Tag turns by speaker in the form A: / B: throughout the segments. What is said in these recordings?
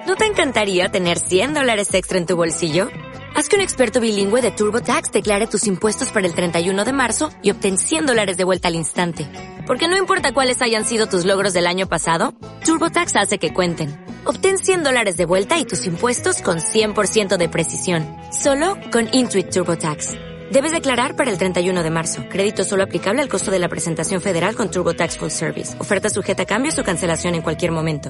A: ¿No te encantaría tener $100 extra en tu bolsillo? Haz que un experto bilingüe de TurboTax declare tus impuestos para el 31 de marzo y obtén $100 de vuelta al instante. Porque no importa cuáles hayan sido tus logros del año pasado, TurboTax hace que cuenten. Obtén $100 de vuelta y tus impuestos con 100% de precisión. Solo con Intuit TurboTax. Debes declarar para el 31 de marzo. Crédito solo aplicable al costo de la presentación federal con TurboTax Full Service. Oferta sujeta a cambios o cancelación en cualquier momento.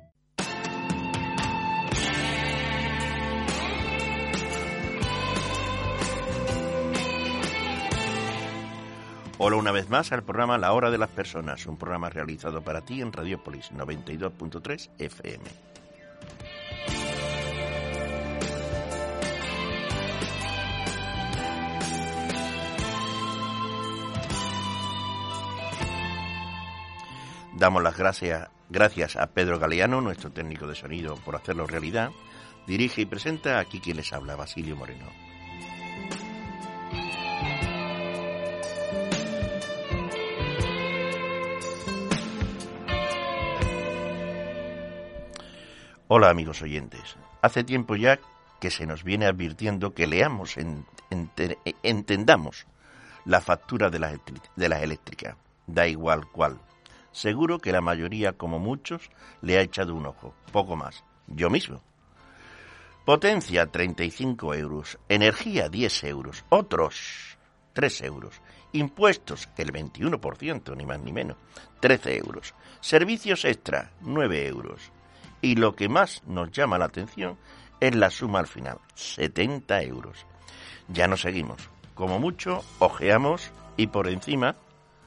B: Hola una vez más al programa La Hora de las Personas, un programa realizado para ti en Radiopolis 92.3 FM. Damos las gracias a Pedro Galeano, nuestro técnico de sonido, por hacerlo realidad. Dirige y presenta aquí quien les habla, Basilio Moreno. Hola amigos oyentes, hace tiempo ya que se nos viene advirtiendo que leamos, entendamos la factura de las eléctricas, da igual cuál. Seguro que la mayoría, como muchos, le ha echado un ojo, poco más, yo mismo. Potencia 35 euros, energía 10 euros, otros 3 euros, impuestos el 21%, ni más ni menos, 13 euros, servicios extra 9 euros. Y lo que más nos llama la atención es la suma al final, 70 euros. Ya no seguimos. Como mucho, ojeamos y por encima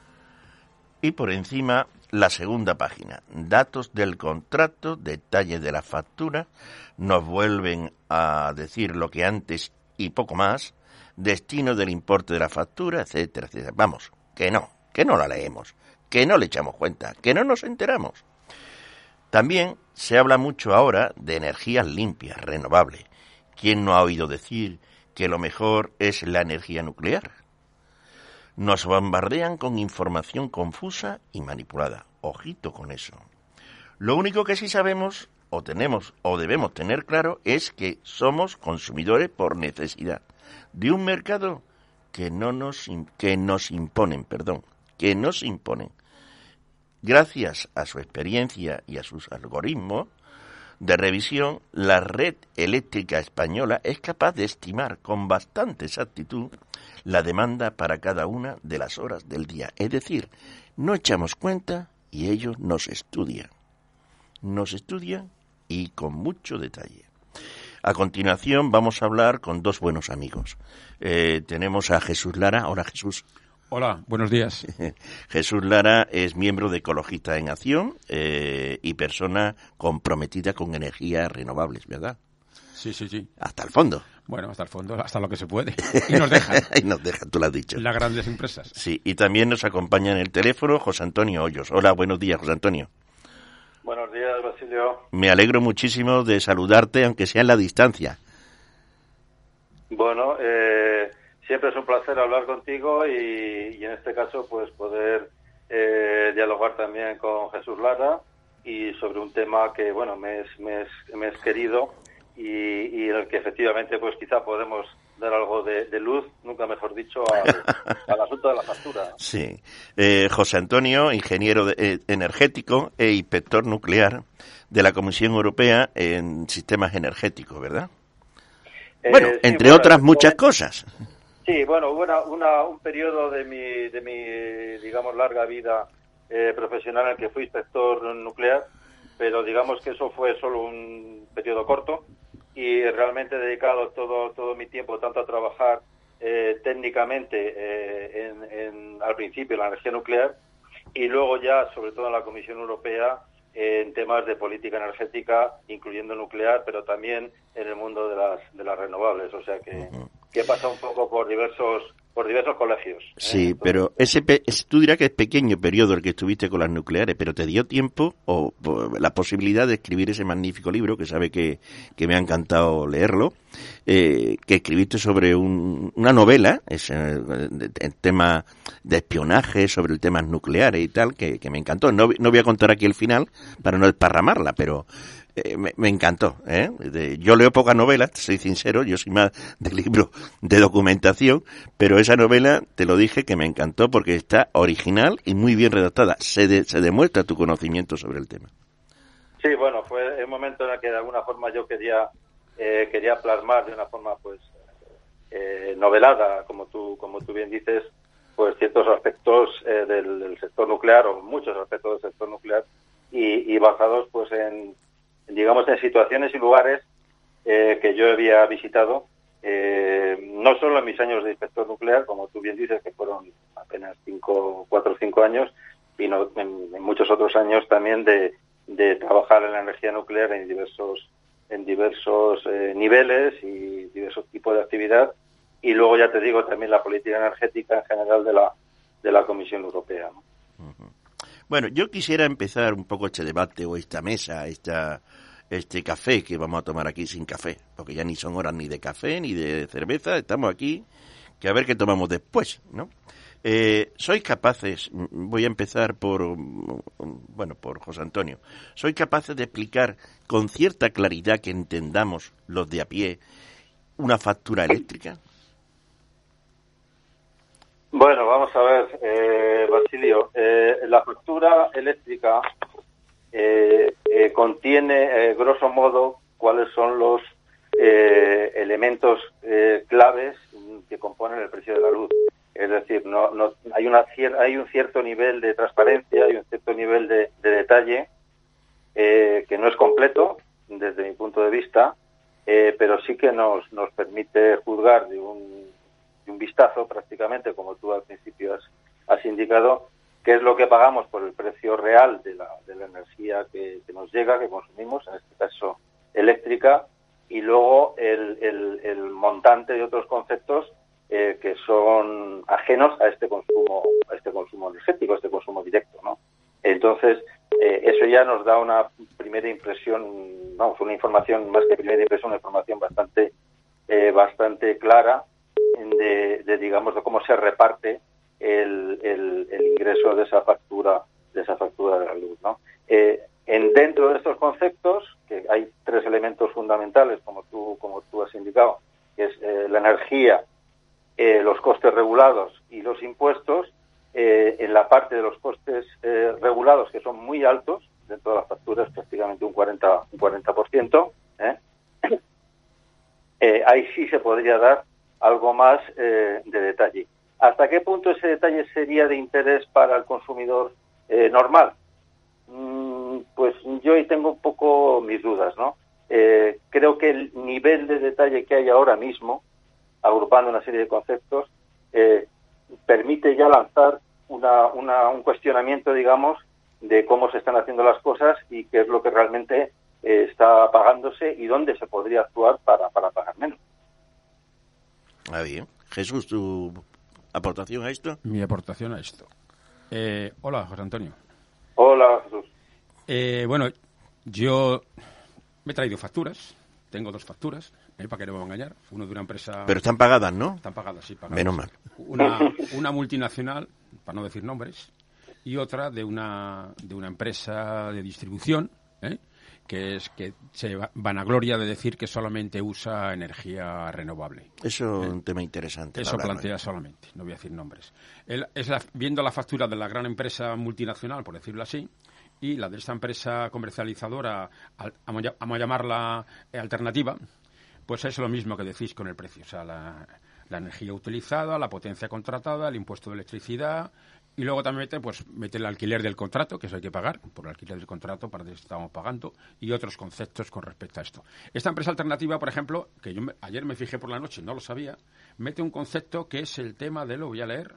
B: la segunda página. Datos del contrato, detalles de la factura, nos vuelven a decir lo que antes y poco más, destino del importe de la factura, etcétera, etcétera. Vamos, que no la leemos, que no le echamos cuenta, que no nos enteramos. También se habla mucho ahora de energías limpias, renovables. ¿Quién no ha oído decir que lo mejor es la energía nuclear? Nos bombardean con información confusa y manipulada. Ojito con eso. Lo único que sí sabemos, o tenemos, o debemos tener claro, es que somos consumidores por necesidad de un mercado que nos imponen. Gracias a su experiencia y a sus algoritmos de revisión, la red eléctrica española es capaz de estimar con bastante exactitud la demanda para cada una de las horas del día. Es decir, no echamos cuenta y ellos nos estudian. Nos estudian y con mucho detalle. A continuación vamos a hablar con dos buenos amigos. Tenemos a Jesús Lara. Hola, Jesús.
C: Hola, buenos días.
B: Jesús Lara es miembro de Ecologistas en Acción y persona comprometida con energías renovables, ¿verdad?
C: Sí.
B: Hasta el fondo.
C: Bueno, hasta el fondo, hasta lo que se puede. Y nos dejan.
B: Y nos dejan, tú lo has dicho.
C: Las grandes empresas.
B: Sí, y también nos acompaña en el teléfono José Antonio Hoyos. Hola, buenos días, José Antonio.
D: Buenos días, Basilio.
B: Me alegro muchísimo de saludarte, aunque sea en la distancia.
D: Bueno, siempre es un placer hablar contigo y en este caso pues poder dialogar también con Jesús Lara y sobre un tema que bueno me es querido y en el que efectivamente pues quizá podemos dar algo de luz, nunca mejor dicho, al asunto de la factura.
B: Sí. José Antonio, ingeniero energético e inspector nuclear de la Comisión Europea en sistemas energéticos, ¿verdad? Bueno, sí, entre otras muchas cosas.
D: Sí, bueno, hubo un periodo de mi digamos, larga vida profesional en el que fui inspector nuclear, pero digamos que eso fue solo un periodo corto y realmente he dedicado todo mi tiempo tanto a trabajar técnicamente al principio en la energía nuclear y luego ya, sobre todo en la Comisión Europea, en temas de política energética, incluyendo nuclear, pero también en el mundo de las renovables. O sea que he pasado un poco por diversos colegios.
B: Sí, pero tú dirás que es pequeño periodo el que estuviste con las nucleares, pero te dio tiempo o la posibilidad de escribir ese magnífico libro, que sabe que me ha encantado leerlo, que escribiste sobre una novela, el tema de espionaje, sobre el tema nucleares y tal, que me encantó. No voy a contar aquí el final para no desparramarla, pero Me encantó, ¿eh? Yo leo pocas novelas, soy sincero, yo soy más de libros de documentación, pero esa novela, te lo dije, que me encantó porque está original y muy bien redactada. Se demuestra tu conocimiento sobre el tema.
D: Sí, bueno, fue el momento en el que de alguna forma yo quería plasmar de una forma pues novelada, como tú bien dices, pues ciertos aspectos del sector nuclear, o muchos aspectos del sector nuclear, y basados pues en situaciones y lugares que yo había visitado, no solo en mis años de inspector nuclear, como tú bien dices, que fueron apenas 4 o 5 años, sino en muchos otros años también de trabajar en la energía nuclear en diversos niveles y diversos tipos de actividad, y luego ya te digo también la política energética en general de la Comisión Europea, ¿no?
B: Uh-huh. Bueno, yo quisiera empezar un poco este debate o esta mesa, este café que vamos a tomar aquí sin café, porque ya ni son horas ni de café ni de cerveza, estamos aquí, que a ver qué tomamos después, ¿no? ¿Sois capaces, voy a empezar por José Antonio, ¿sois capaces de explicar con cierta claridad que entendamos los de a pie una factura eléctrica?
D: Bueno, vamos a ver, Basilio, la factura eléctrica contiene, grosso modo, cuáles son los elementos claves que componen el precio de la luz. Es decir, no hay un cierto nivel de transparencia, hay un cierto nivel de detalle que no es completo desde mi punto de vista, pero sí que nos permite juzgar de un vistazo prácticamente, como tú al principio has indicado, qué es lo que pagamos por el precio real de la energía que nos llega, que consumimos, en este caso eléctrica, y luego el montante de otros conceptos que son ajenos a este consumo energético, a este consumo directo, ¿no? Entonces, eso ya nos da una primera impresión, una información más que primera impresión, una información bastante clara de cómo se reparte el ingreso de esa factura de la luz, ¿no? Dentro de estos conceptos, que hay 3 elementos fundamentales, como tú has indicado, que es la energía, los costes regulados y los impuestos. En la parte de los costes regulados, que son muy altos, dentro de las facturas prácticamente un 40%, ahí sí se podría dar algo más de detalle. ¿Hasta qué punto ese detalle sería de interés para el consumidor normal? Pues yo ahí tengo un poco mis dudas, ¿no? Creo que el nivel de detalle que hay ahora mismo, agrupando una serie de conceptos, permite ya lanzar un cuestionamiento, digamos, de cómo se están haciendo las cosas y qué es lo que realmente está pagándose y dónde se podría actuar para pagar menos.
B: Ah, bien. Jesús, ¿tu aportación a esto?
C: Mi aportación a esto. Hola, José Antonio.
D: Hola, Jesús.
C: Bueno, yo me he traído facturas. Tengo 2 facturas, para que no me voy a engañar. Uno de una empresa...
B: Pero están pagadas, ¿no?
C: Están pagadas, sí, pagadas.
B: Menos mal.
C: Una multinacional, para no decir nombres, y otra de una empresa de distribución, que se vanagloria de decir que solamente usa energía renovable.
B: Eso es un tema interesante.
C: Eso plantea solamente, no voy a decir nombres. Viendo la factura de la gran empresa multinacional, por decirlo así, y la de esta empresa comercializadora, vamos a llamarla alternativa, pues es lo mismo que decís con el precio. O sea, la energía utilizada, la potencia contratada, el impuesto de electricidad, y luego también mete el alquiler del contrato, que eso hay que pagar, por el alquiler del contrato para que estamos pagando, y otros conceptos con respecto a esto. Esta empresa alternativa, por ejemplo, que yo ayer me fijé por la noche, no lo sabía, mete un concepto que es el tema de, lo voy a leer,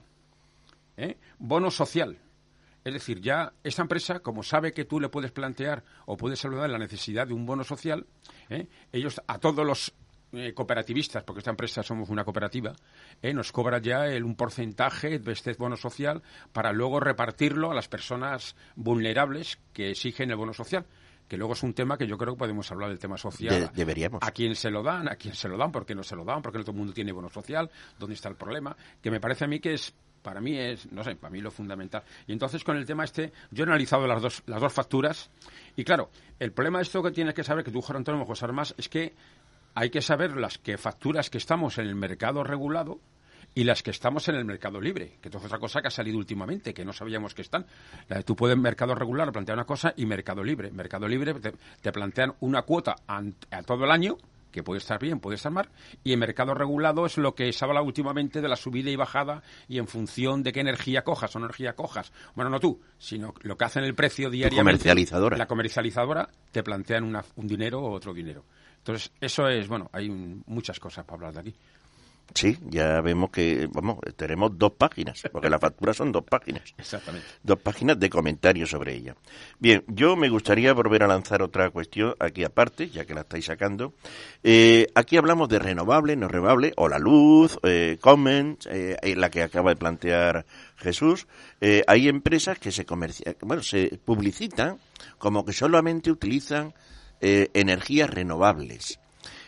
C: bono social. Es decir, ya esta empresa, como sabe que tú le puedes plantear o puedes saludar la necesidad de un bono social, ellos a todos los cooperativistas, porque esta empresa somos una cooperativa, nos cobra ya un porcentaje de este bono social para luego repartirlo a las personas vulnerables que exigen el bono social. Que luego es un tema que yo creo que podemos hablar del tema social.
B: Deberíamos.
C: ¿A quién se lo dan? ¿A quién se lo dan? ¿Por qué no se lo dan? ¿Por qué no todo el mundo tiene bono social? ¿Dónde está el problema? Que me parece a mí que es Para mí es, no sé, para mí lo fundamental. Y entonces con el tema yo he analizado las dos facturas y claro, el problema de esto que tienes que saber, que tú, José Antonio, mejor sabes más, es que hay que saber las que facturas que estamos en el mercado regulado y las que estamos en el mercado libre, que es otra cosa que ha salido últimamente, que no sabíamos que están. Tú puedes en mercado regular plantear una cosa y mercado libre. Mercado libre te plantean una cuota a todo el año, que puede estar bien, puede estar mal, y en mercado regulado es lo que se habla últimamente de la subida y bajada y en función de qué energía cojas o no energía cojas. Bueno, no tú, sino lo que hacen el precio diariamente. La comercializadora te plantean un dinero o otro dinero. Entonces, eso es, bueno, hay muchas cosas para hablar de aquí.
B: Sí, ya vemos que, tenemos 2 páginas, porque la factura son 2 páginas.
C: Exactamente.
B: 2 páginas de comentarios sobre ella. Bien, yo me gustaría volver a lanzar otra cuestión aquí aparte, ya que la estáis sacando. Aquí hablamos de renovables, no renovables, o la luz, Comments, la que acaba de plantear Jesús. Hay empresas que se publicitan como que solamente utilizan energías renovables.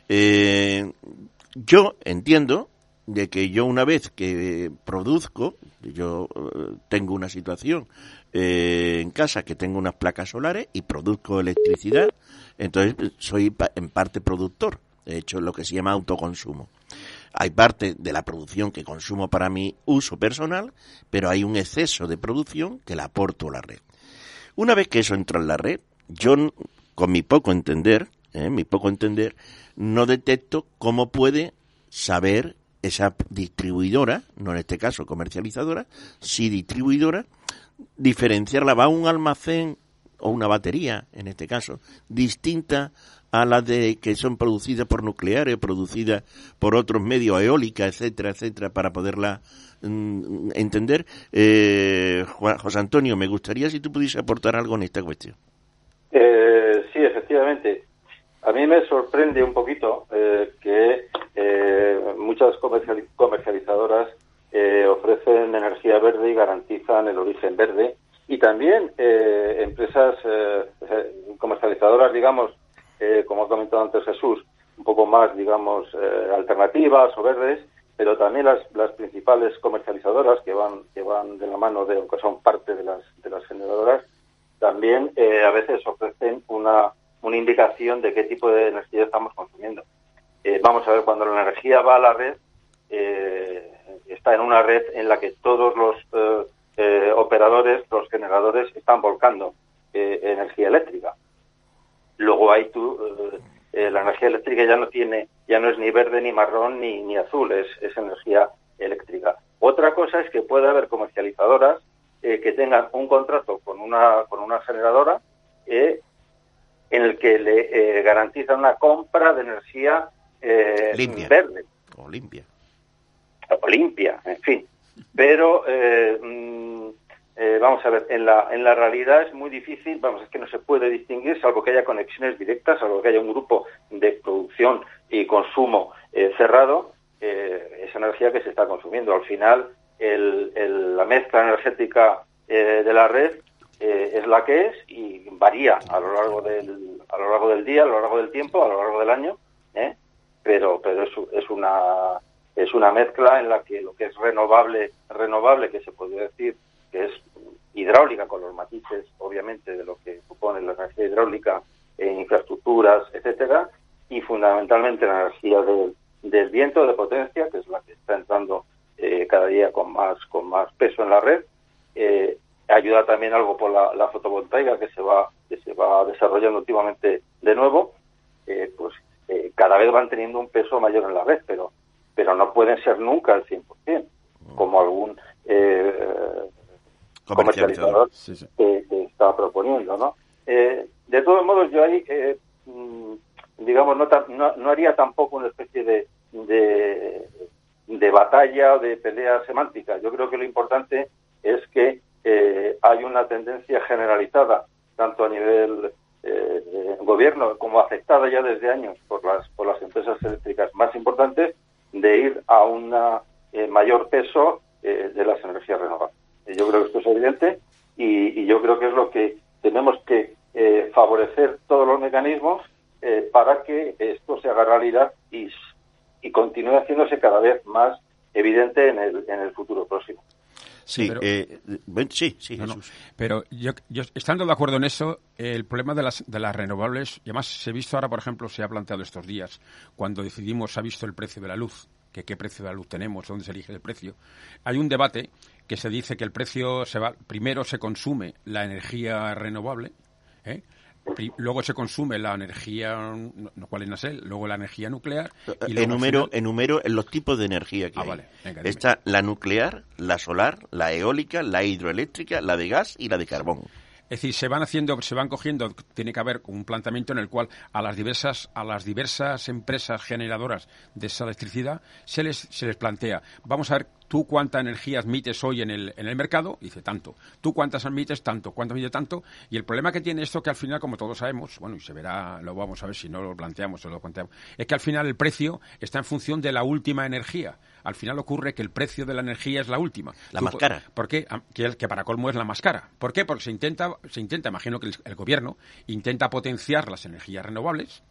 B: Yo entiendo de que yo una vez que produzco, yo tengo una situación en casa que tengo unas placas solares y produzco electricidad, entonces soy en parte productor, he hecho lo que se llama autoconsumo. Hay parte de la producción que consumo para mi uso personal, pero hay un exceso de producción que la aporto a la red. Una vez que eso entra en la red, yo con mi poco entender, no detecto cómo puede saber esa distribuidora, no en este caso comercializadora, sí distribuidora, diferenciarla, va a un almacén o una batería, en este caso, distinta a las de que son producidas por nucleares, producidas por otros medios, eólicas, etcétera, etcétera, para poderla entender. José Antonio, me gustaría si tú pudieses aportar algo en esta cuestión.
D: Sí, efectivamente. A mí me sorprende un poquito que muchas comercializadoras ofrecen energía verde y garantizan el origen verde, y también empresas comercializadoras, digamos, como ha comentado antes Jesús, un poco más, digamos, alternativas o verdes, pero también las principales comercializadoras que van de la mano de, que son parte de las generadoras, también a veces ofrecen una indicación de qué tipo de energía estamos consumiendo. Vamos a ver, cuando la energía va a la red, está en una red en la que todos los operadores, los generadores, están volcando energía eléctrica. Luego hay la energía eléctrica ya no es ni verde, ni marrón, ni azul, es energía eléctrica. Otra cosa es que puede haber comercializadoras que tengan un contrato con una generadora en el que le garantizan una compra de energía
B: limpia,
D: verde.
B: O limpia.
D: O limpia, en fin. Pero, vamos a ver, en la realidad es muy difícil, es que no se puede distinguir, salvo que haya conexiones directas, salvo que haya un grupo de producción y consumo cerrado, esa energía que se está consumiendo. Al final, la mezcla energética de la red es la que es y varía a lo largo del día, a lo largo del tiempo, a lo largo del año, pero es una mezcla en la que lo que es renovable, que se podría decir que es hidráulica, con los matices, obviamente, de lo que supone la energía hidráulica en infraestructuras, etcétera, y fundamentalmente la energía del viento de potencia, que es la que está entrando cada día con más peso en la red. Ayuda también algo por la fotovoltaica que se va desarrollando últimamente de nuevo. Cada vez van teniendo un peso mayor en la red, pero no pueden ser nunca al 100%, como algún comercializador que está proponiendo, ¿no? De todos modos, yo ahí, digamos, no haría tampoco una especie de batalla o de pelea semántica. Yo creo que lo importante es que hay una tendencia generalizada, tanto a nivel gobierno como aceptada ya desde años por las empresas eléctricas más importantes, de ir a un mayor peso de las energías renovables. Yo creo que esto es evidente y yo creo que es lo que tenemos que favorecer todos los mecanismos para que esto se haga realidad y continúe haciéndose cada vez más evidente en el futuro próximo.
B: Sí,
C: pero,
B: sí,
C: no, pero yo estando de acuerdo en eso, el problema de las renovables, y además se ha visto ahora, por ejemplo, se ha planteado estos días, cuando decidimos, se ha visto el precio de la luz, que qué precio de la luz tenemos, dónde se elige el precio. Hay un debate que se dice que el precio primero se consume la energía renovable, luego se consume la energía, ¿cuál es él? Luego la energía nuclear. Y luego
B: enumero en los tipos de energía que hay.
C: Vale. Venga,
B: está la nuclear, la solar, la eólica, la hidroeléctrica, la de gas y la de carbón.
C: Es decir, se van cogiendo, tiene que haber un planteamiento en el cual a las diversas empresas generadoras de esa electricidad se les plantea, vamos a ver tú cuánta energía admites hoy en el mercado, dice tanto, tú cuántas admites tanto, cuánto admite tanto, y el problema que tiene esto que al final, como todos sabemos, bueno, y se verá, lo vamos a ver si no lo planteamos o lo planteamos, es que al final el precio está en función de la última energía. Al final ocurre que el precio de la energía es la última.
B: La más cara.
C: ¿Por qué? Que para colmo es la más cara. ¿Por qué? Porque se intenta, imagino que el gobierno intenta potenciar las energías renovables,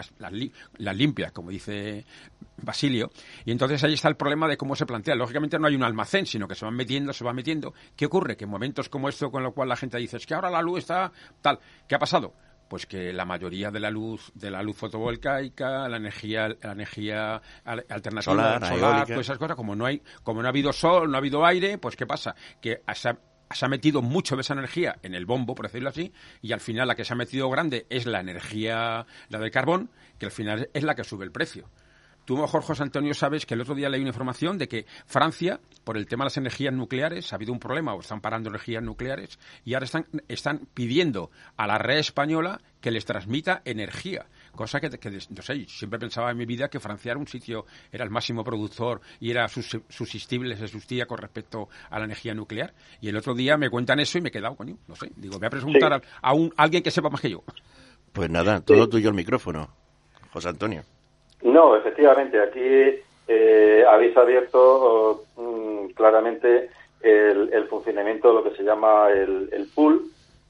C: las limpias, como dice Basilio, y entonces ahí está el problema de cómo se plantea. Lógicamente no hay un almacén, sino que se van metiendo. ¿Qué ocurre? Que en momentos como esto, con lo cual la gente dice, es que ahora la luz está tal. ¿Qué ha pasado? Pues que la mayoría de la luz fotovoltaica, la energía alternativa, solar, todas esas cosas, como no ha habido sol, no ha habido aire, pues ¿qué pasa? Que se ha metido mucho de esa energía en el bombo, por decirlo así, y al final la que se ha metido grande es la energía, la del carbón, que al final es la que sube el precio. Tú mejor, José Antonio, sabes que el otro día leí una información de que Francia, por el tema de las energías nucleares, ha habido un problema, o están parando energías nucleares, y ahora están pidiendo a la red española que les transmita energía. Cosa que no sé, siempre pensaba en mi vida que Francia era el máximo productor y era subsistible, se subsistía con respecto a la energía nuclear. Y el otro día me cuentan eso y me he quedado, coño, no sé. Digo, voy a preguntar a alguien que sepa más que yo.
B: Pues nada, todo tuyo el micrófono, José Antonio.
D: No, efectivamente, aquí habéis abierto claramente el funcionamiento de lo que se llama el pool,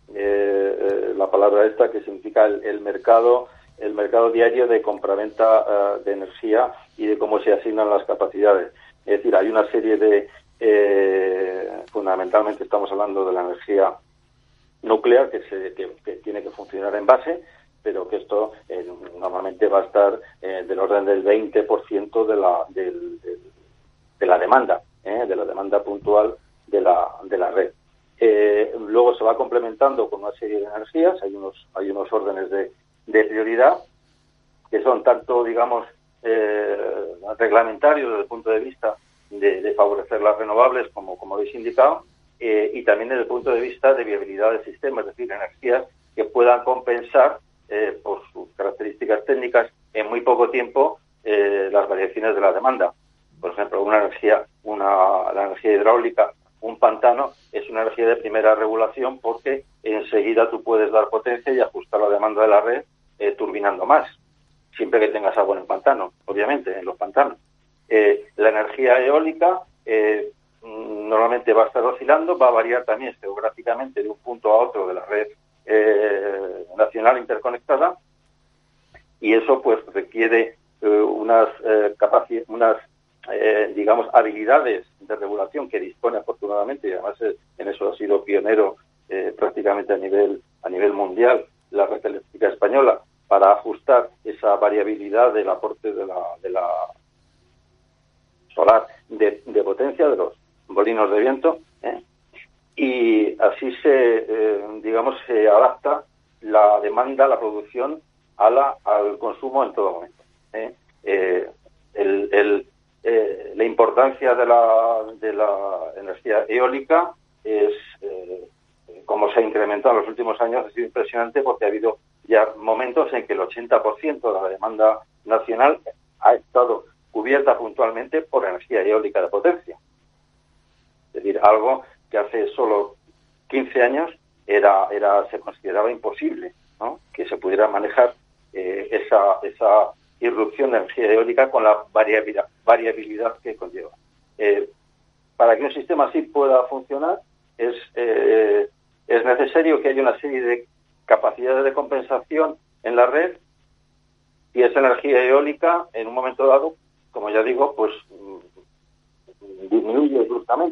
D: la palabra esta que significa el mercado diario de compraventa de energía y de cómo se asignan las capacidades. Es decir, hay una serie de, fundamentalmente estamos hablando de la energía nuclear que tiene que funcionar en base, pero que esto normalmente va a estar del orden del 20% de la demanda, de la demanda puntual de la red. Luego se va complementando con una serie de energías, hay unos órdenes de prioridad que son tanto, digamos, reglamentarios desde el punto de vista de favorecer las renovables, como habéis indicado, y también desde el punto de vista de viabilidad del sistema, es decir, energías que puedan compensar por sus características técnicas en muy poco tiempo las variaciones de la demanda. Por ejemplo, la energía hidráulica, un pantano, es una energía de primera regulación porque enseguida tú puedes dar potencia y ajustar la demanda de la red turbinando más, siempre que tengas agua en el pantano, obviamente, en los pantanos. La energía eólica normalmente va a estar oscilando, va a variar también geográficamente de un punto a otro de la red nacional interconectada, y eso pues requiere unas digamos habilidades de regulación que dispone afortunadamente, y además en eso ha sido pionero prácticamente a nivel mundial la red eléctrica española, para ajustar esa variabilidad del aporte de la solar de potencia, de los molinos de viento, y así se adapta la demanda, la producción al consumo en todo momento. La importancia de la energía eólica es, como se ha incrementado en los últimos años, ha sido impresionante, porque ha habido ya momentos en que el 80% de la demanda nacional ha estado cubierta puntualmente por energía eólica de potencia. Es decir, algo que hace solo 15 años se consideraba imposible, ¿no?, que se pudiera manejar esa irrupción de energía eólica con la variabilidad que conlleva. Para que un sistema así pueda funcionar es necesario que haya una serie de capacidades de compensación en la red, y esa energía eólica en un momento dado, como ya digo, pues disminuye bruscamente.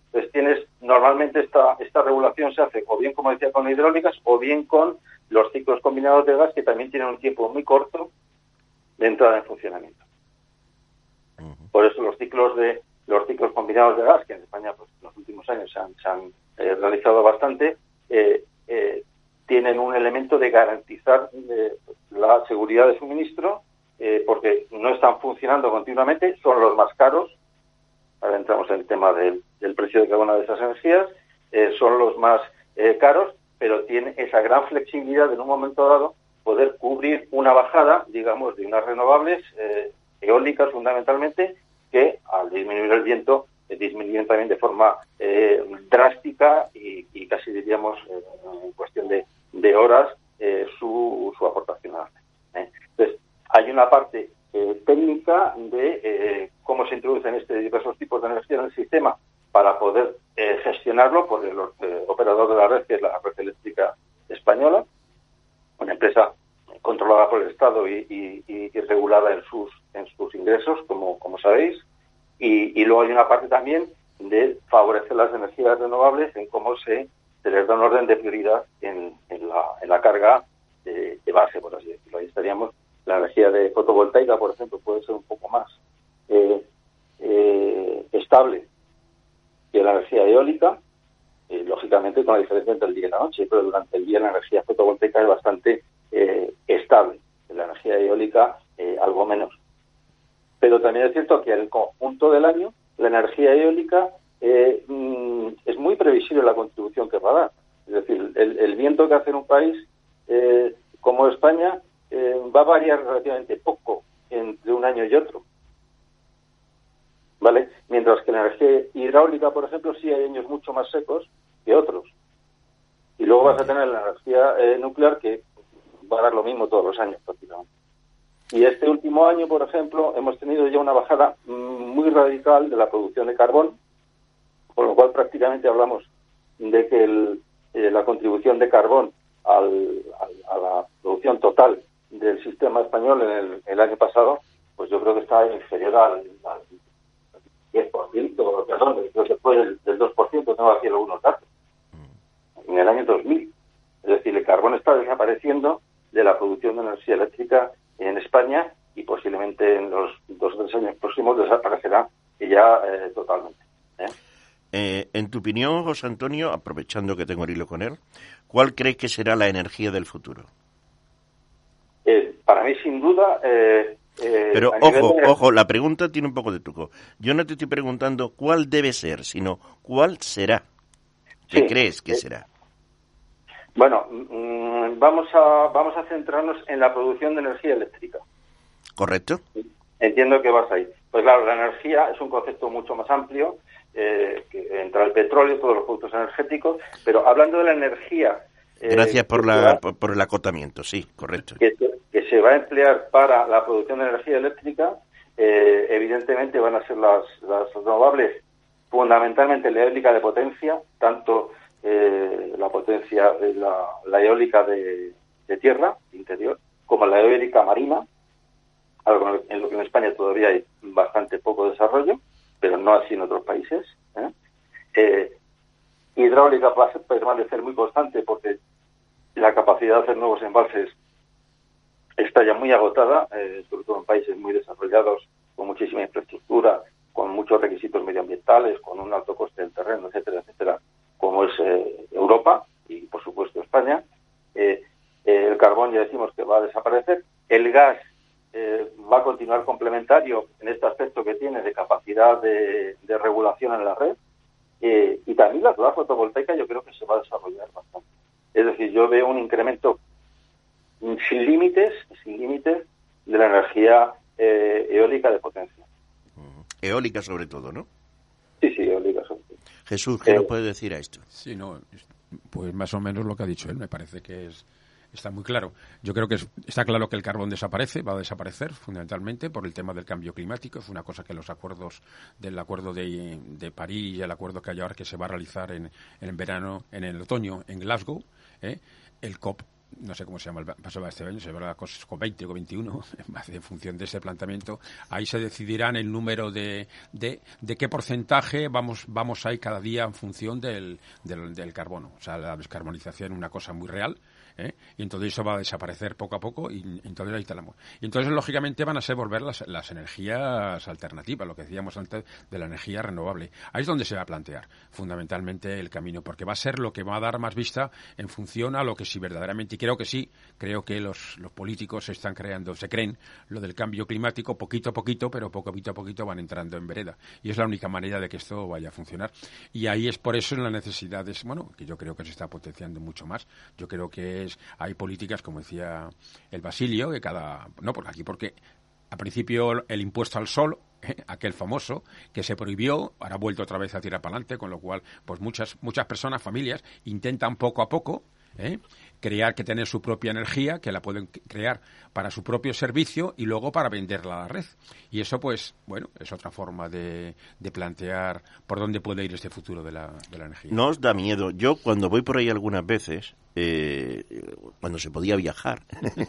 D: Entonces normalmente esta regulación se hace o bien, como decía, con hidráulicas o bien con los ciclos combinados de gas, que también tienen un tiempo muy corto de entrada en funcionamiento. Por eso los ciclos combinados de gas, que en España pues, en los últimos años se han realizado bastante, tienen un elemento de garantizar la seguridad de suministro, porque no están funcionando continuamente, son los más caros. Ahora entramos en el tema del precio de cada una de esas energías, son los más caros, pero tiene esa gran flexibilidad en un momento dado poder cubrir una bajada, digamos, de unas renovables eólicas fundamentalmente, que al disminuir el viento disminuyen también de forma drástica y casi diríamos en cuestión de horas su aportación a la red. Entonces, hay una parte técnica de cómo se introducen diversos tipos de energía en el sistema para poder gestionarlo por el operador de la red, que es la Red Eléctrica Española, una empresa controlada por el Estado y regulada en sus ingresos, como sabéis. Y luego hay una parte también de favorecer las energías renovables en cómo se les da un orden de prioridad en la carga de base, por así decirlo. Ahí estaríamos, la energía de fotovoltaica, por ejemplo, puede ser un poco más estable que la energía eólica, lógicamente con la diferencia entre el día y la noche, pero durante el día la energía fotovoltaica es bastante estable, la energía eólica algo menos. Pero también es cierto que en el conjunto del año la energía eólica es muy previsible la contribución que va a dar. Es decir, el viento que hace en un país como España va a variar relativamente poco entre un año y otro, ¿vale? Mientras que la energía hidráulica, por ejemplo, sí hay años mucho más secos que otros. Y luego vas a tener la energía nuclear, que va a dar lo mismo todos los años prácticamente. Y este último año, por ejemplo, hemos tenido ya una bajada muy radical de la producción de carbón, con lo cual prácticamente hablamos de que la contribución de carbón a la producción total del sistema español en el año pasado, pues yo creo que está inferior al 10%, perdón, creo que fue del 2%, tengo aquí algunos datos, en el año 2000. Es decir, el carbón está desapareciendo de la producción de energía eléctrica en España y posiblemente en los 2 o 3 años próximos desaparecerá ya totalmente.
B: En tu opinión, José Antonio, aprovechando que tengo el hilo con él, ¿cuál crees que será la energía del futuro?
D: Para mí, sin duda...
B: Pero ojo, la pregunta tiene un poco de truco. Yo no te estoy preguntando cuál debe ser, sino cuál será. ¿Qué crees que será?
D: Bueno, vamos a centrarnos en la producción de energía eléctrica.
B: ¿Correcto?
D: Entiendo que vas ahí. Pues claro, la energía es un concepto mucho más amplio, que entra el petróleo, todos los productos energéticos, pero hablando de la energía...
B: Gracias por el acotamiento, sí, correcto.
D: Que se va a emplear para la producción de energía eléctrica, evidentemente van a ser las renovables, fundamentalmente la eólica de potencia, tanto la potencia de la eólica de tierra, interior, como la eólica marina, algo en lo que en España todavía hay bastante poco desarrollo, pero no así en otros países. Hidráulica va a permanecer muy constante porque la capacidad de hacer nuevos embalses está ya muy agotada, sobre todo en países muy desarrollados, con muchísima infraestructura, con muchos requisitos medioambientales, con un alto coste del terreno, etcétera, etcétera, como es Europa y, por supuesto, España. El carbón ya decimos que va a desaparecer. El gas va a continuar complementario en este aspecto que tiene de capacidad de regulación en la red. Y también la fotovoltaica yo creo que se va a desarrollar bastante. Es decir, yo veo un incremento sin límites de la energía eólica de potencia.
B: Eólica sobre todo, ¿no?
D: Sí, eólica sobre todo.
B: Jesús, ¿qué nos puede decir a esto?
C: Sí, pues más o menos lo que ha dicho él, me parece que está muy claro. Yo creo que está claro que el carbón va a desaparecer fundamentalmente por el tema del cambio climático. Es una cosa que los acuerdos del acuerdo de París y el acuerdo que hay ahora que se va a realizar en verano, en el otoño, en Glasgow, el COP no sé cómo se llama el paso de este año, se verá con 20 o 21, en función de ese planteamiento, ahí se decidirán el número de qué porcentaje vamos a ir cada día en función del carbono. O sea, la descarbonización es una cosa muy real, y entonces eso va a desaparecer poco a poco y entonces ahí tenemos. Y entonces, lógicamente, van a ser volver las energías alternativas, lo que decíamos antes de la energía renovable. Ahí es donde se va a plantear fundamentalmente el camino, porque va a ser lo que va a dar más vista en función a lo que si verdaderamente, y creo que los políticos se creen lo del cambio climático poquito a poquito, pero poquito a poquito van entrando en vereda. Y es la única manera de que esto vaya a funcionar. Y ahí es por eso en la necesidad, que yo creo que se está potenciando mucho más. Yo creo que hay políticas, como decía el Basilio, porque al principio el impuesto al sol, aquel famoso, que se prohibió, ahora ha vuelto otra vez a tirar para adelante, con lo cual pues muchas personas, familias, intentan poco a poco tener su propia energía, que la pueden crear para su propio servicio y luego para venderla a la red. Y eso, pues, es otra forma de plantear por dónde puede ir este futuro de la energía.
B: ¿No os da miedo? Yo, cuando voy por ahí algunas veces, cuando se podía viajar,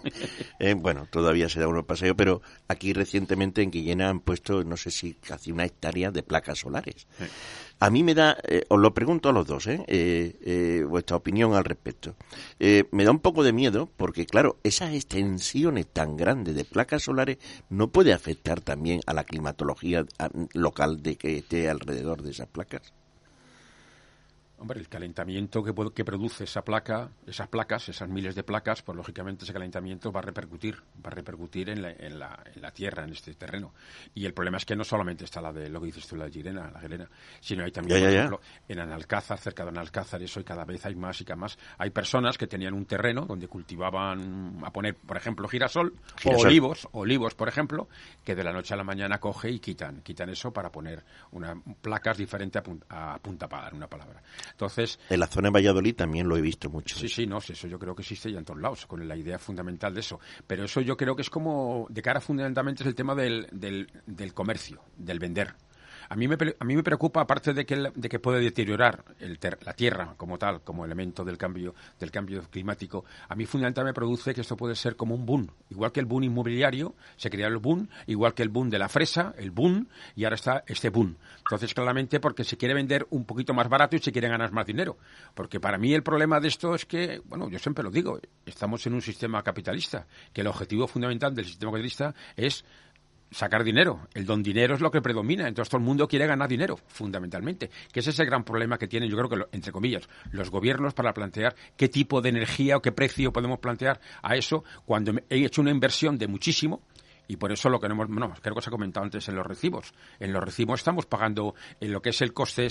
B: todavía se da uno paseo, pero aquí recientemente en Guillena han puesto, no sé si casi 1 hectárea de placas solares. Sí. A mí me da, os lo pregunto a los dos, vuestra opinión al respecto. Me da un poco de miedo porque, claro, esas extensiones tan grandes de placas solares no puede afectar también a la climatología local de que esté alrededor de esas placas.
C: Hombre, el calentamiento que produce esas placas, esas miles de placas, pues lógicamente ese calentamiento va a repercutir en la tierra, en este terreno. Y el problema es que no solamente está la de lo que dices tú, la Guilena, sino hay también, por ejemplo, en Analcázar, cerca de Analcázar, eso, y cada vez hay más y más. Hay personas que tenían un terreno donde cultivaban a poner, por ejemplo, girasol. O olivos, por ejemplo, que de la noche a la mañana coge y quitan eso para poner placas diferentes a punta para dar una palabra. Entonces,
B: en la zona de Valladolid también lo he visto mucho.
C: Sí, eso yo creo que existe ya en todos lados, con la idea fundamental de eso. Pero eso yo creo que es como, de cara fundamentalmente, es el tema del comercio, del vender. A mí me preocupa, aparte de que puede deteriorar la tierra como tal, como elemento del cambio climático, a mí fundamentalmente me produce que esto puede ser como un boom. Igual que el boom inmobiliario, se crea el boom, igual que el boom de la fresa, el boom, y ahora está este boom. Entonces, claramente, porque se quiere vender un poquito más barato y se quiere ganar más dinero. Porque para mí el problema de esto es que, yo siempre lo digo, estamos en un sistema capitalista, que el objetivo fundamental del sistema capitalista es sacar dinero. El don dinero es lo que predomina. Entonces todo el mundo quiere ganar dinero, fundamentalmente. Que es ese gran problema que tienen, yo creo que, entre comillas, los gobiernos para plantear qué tipo de energía o qué precio podemos plantear a eso cuando he hecho una inversión de muchísimo. Y por eso creo que se ha comentado antes en los recibos. En los recibos estamos pagando en lo que es el coste,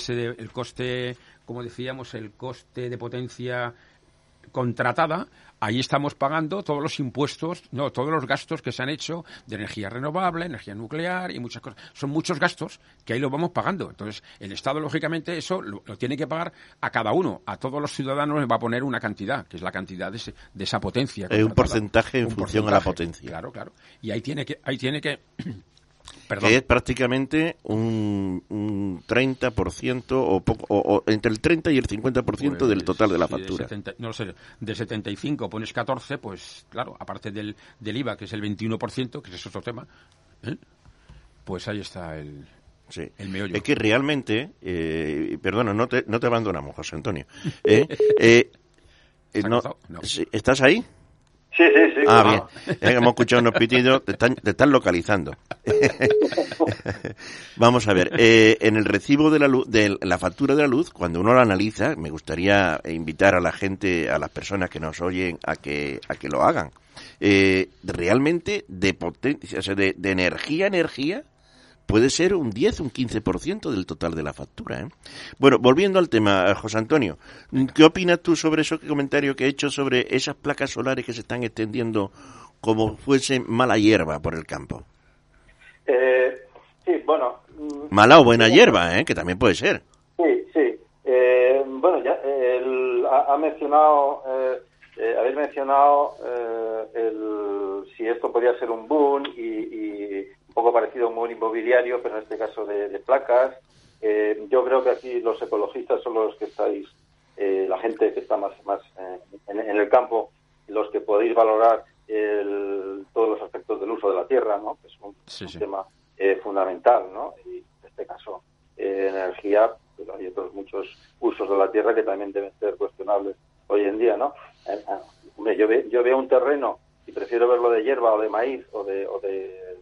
C: como decíamos, el coste de potencia contratada. Ahí estamos pagando todos los impuestos, todos los gastos que se han hecho de energía renovable, energía nuclear y muchas cosas. Son muchos gastos que ahí lo vamos pagando. Entonces, el Estado, lógicamente, eso lo tiene que pagar a cada uno. A todos los ciudadanos les va a poner una cantidad, que es la cantidad de esa potencia.
B: Hay un porcentaje en función a la potencia.
C: Claro. Y ahí tiene que
B: Perdón. Que es prácticamente un 30% o entre el 30 y el 50% del total de la factura.
C: De 75 pones 14, pues claro, aparte del IVA, que es el 21%, que es otro tema, pues ahí está el meollo.
B: Es que realmente, perdona, no te abandonamos, José Antonio.
C: No.
B: ¿Estás ahí?
D: Sí.
B: Bien. Hemos escuchado unos pitidos, te están localizando. Vamos a ver, en el recibo de la factura de la luz, cuando uno la analiza, me gustaría invitar a la gente, a las personas que nos oyen, a que lo hagan. Realmente de potencia, o sea, de energía, puede ser un 10, un 15% del total de la factura, Bueno, volviendo al tema, José Antonio, ¿qué opinas tú sobre ese comentario que he hecho sobre esas placas solares que se están extendiendo como fuese mala hierba por el campo?
D: Sí, bueno.
B: Mala o buena hierba, que también puede ser.
D: Sí. Ya ha mencionado, habéis mencionado si esto podría ser un boom y un poco parecido a un boom inmobiliario, pero en este caso de placas. Yo creo que aquí los ecologistas son los que estáis, la gente que está más en el campo, los que podéis valorar todos los aspectos del uso de la tierra, ¿no? Que es un tema fundamental, ¿no? Y en este caso, energía, pero hay otros muchos usos de la tierra que también deben ser cuestionables hoy en día, ¿no? Yo veo un terreno y prefiero verlo de hierba o de maíz o de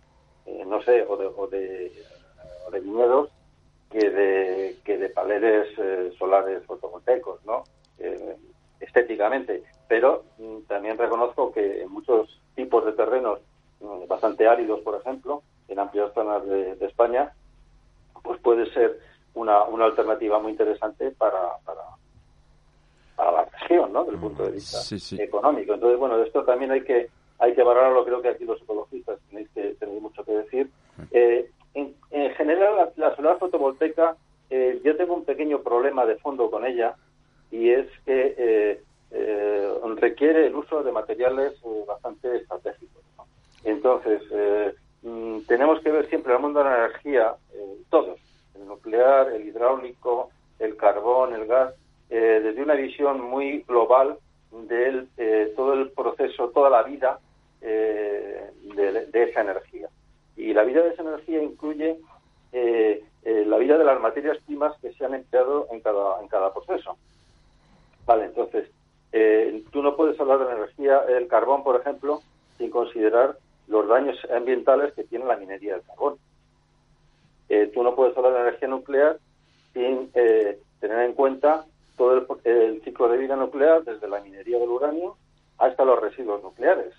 D: viñedos que de paneles solares fotovoltaicos, ¿no? Estéticamente. Pero también reconozco que en muchos tipos de terrenos bastante áridos, por ejemplo, en amplias zonas de España, pues puede ser una alternativa muy interesante para la región, ¿no? Desde el punto de vista económico. Entonces, bueno, de esto también hay que valorarlo. Creo que aquí los ecologistas tenéis mucho que decir. En general, la solar fotovoltaica, yo tengo un pequeño problema de fondo con ella, y es que requiere el uso de materiales bastante estratégicos, ¿no? Entonces, tenemos que ver siempre el mundo de la energía, todos, el nuclear, el hidráulico, el carbón, el gas, desde una visión muy global de todo el proceso, toda la vida de esa energía. Y la vida de esa energía incluye la vida de las materias primas que se han empleado en cada proceso. Vale, entonces, tú no puedes hablar de la energía, el carbón, por ejemplo, sin considerar los daños ambientales que tiene la minería del carbón. Tú no puedes hablar de la energía nuclear sin tener en cuenta todo el ciclo de vida nuclear, desde la minería del uranio hasta los residuos nucleares.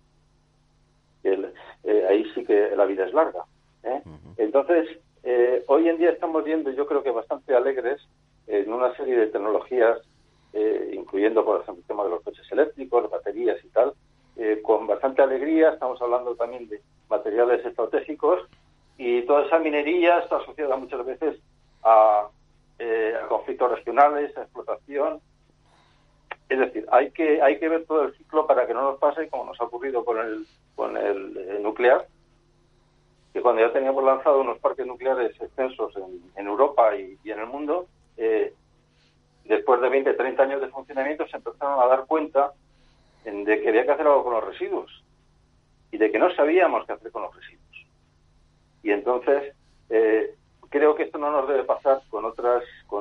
D: Ahí sí que la vida es larga, ¿eh? Entonces, hoy en día estamos viendo, yo creo que bastante alegres, en una serie de tecnologías, incluyendo, por ejemplo, el tema de los coches eléctricos, baterías y tal, con bastante alegría. Estamos hablando también de materiales estratégicos, y toda esa minería está asociada muchas veces a conflictos regionales, a explotación. Es decir, hay que ver todo el ciclo para que no nos pase como nos ha ocurrido con el nuclear, que cuando ya teníamos lanzado unos parques nucleares extensos en Europa y en el mundo, después de 20, 30 años de funcionamiento se empezaron a dar cuenta de que había que hacer algo con los residuos y de que no sabíamos qué hacer con los residuos. Y entonces, creo que esto no nos debe pasar con otras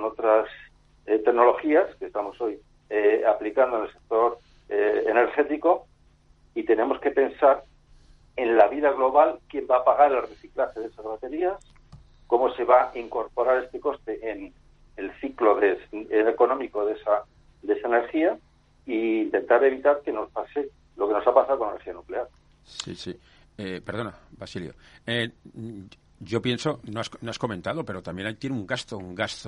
D: tecnologías que estamos hoy aplicando en el sector energético, y tenemos que pensar en la vida global, quién va a pagar el reciclaje de esas baterías, cómo se va a incorporar este coste en el ciclo económico de esa energía, e intentar evitar que nos pase lo que nos ha pasado con la energía nuclear.
C: Sí. Perdona, Basilio. Yo pienso, no has comentado, pero también tiene un gasto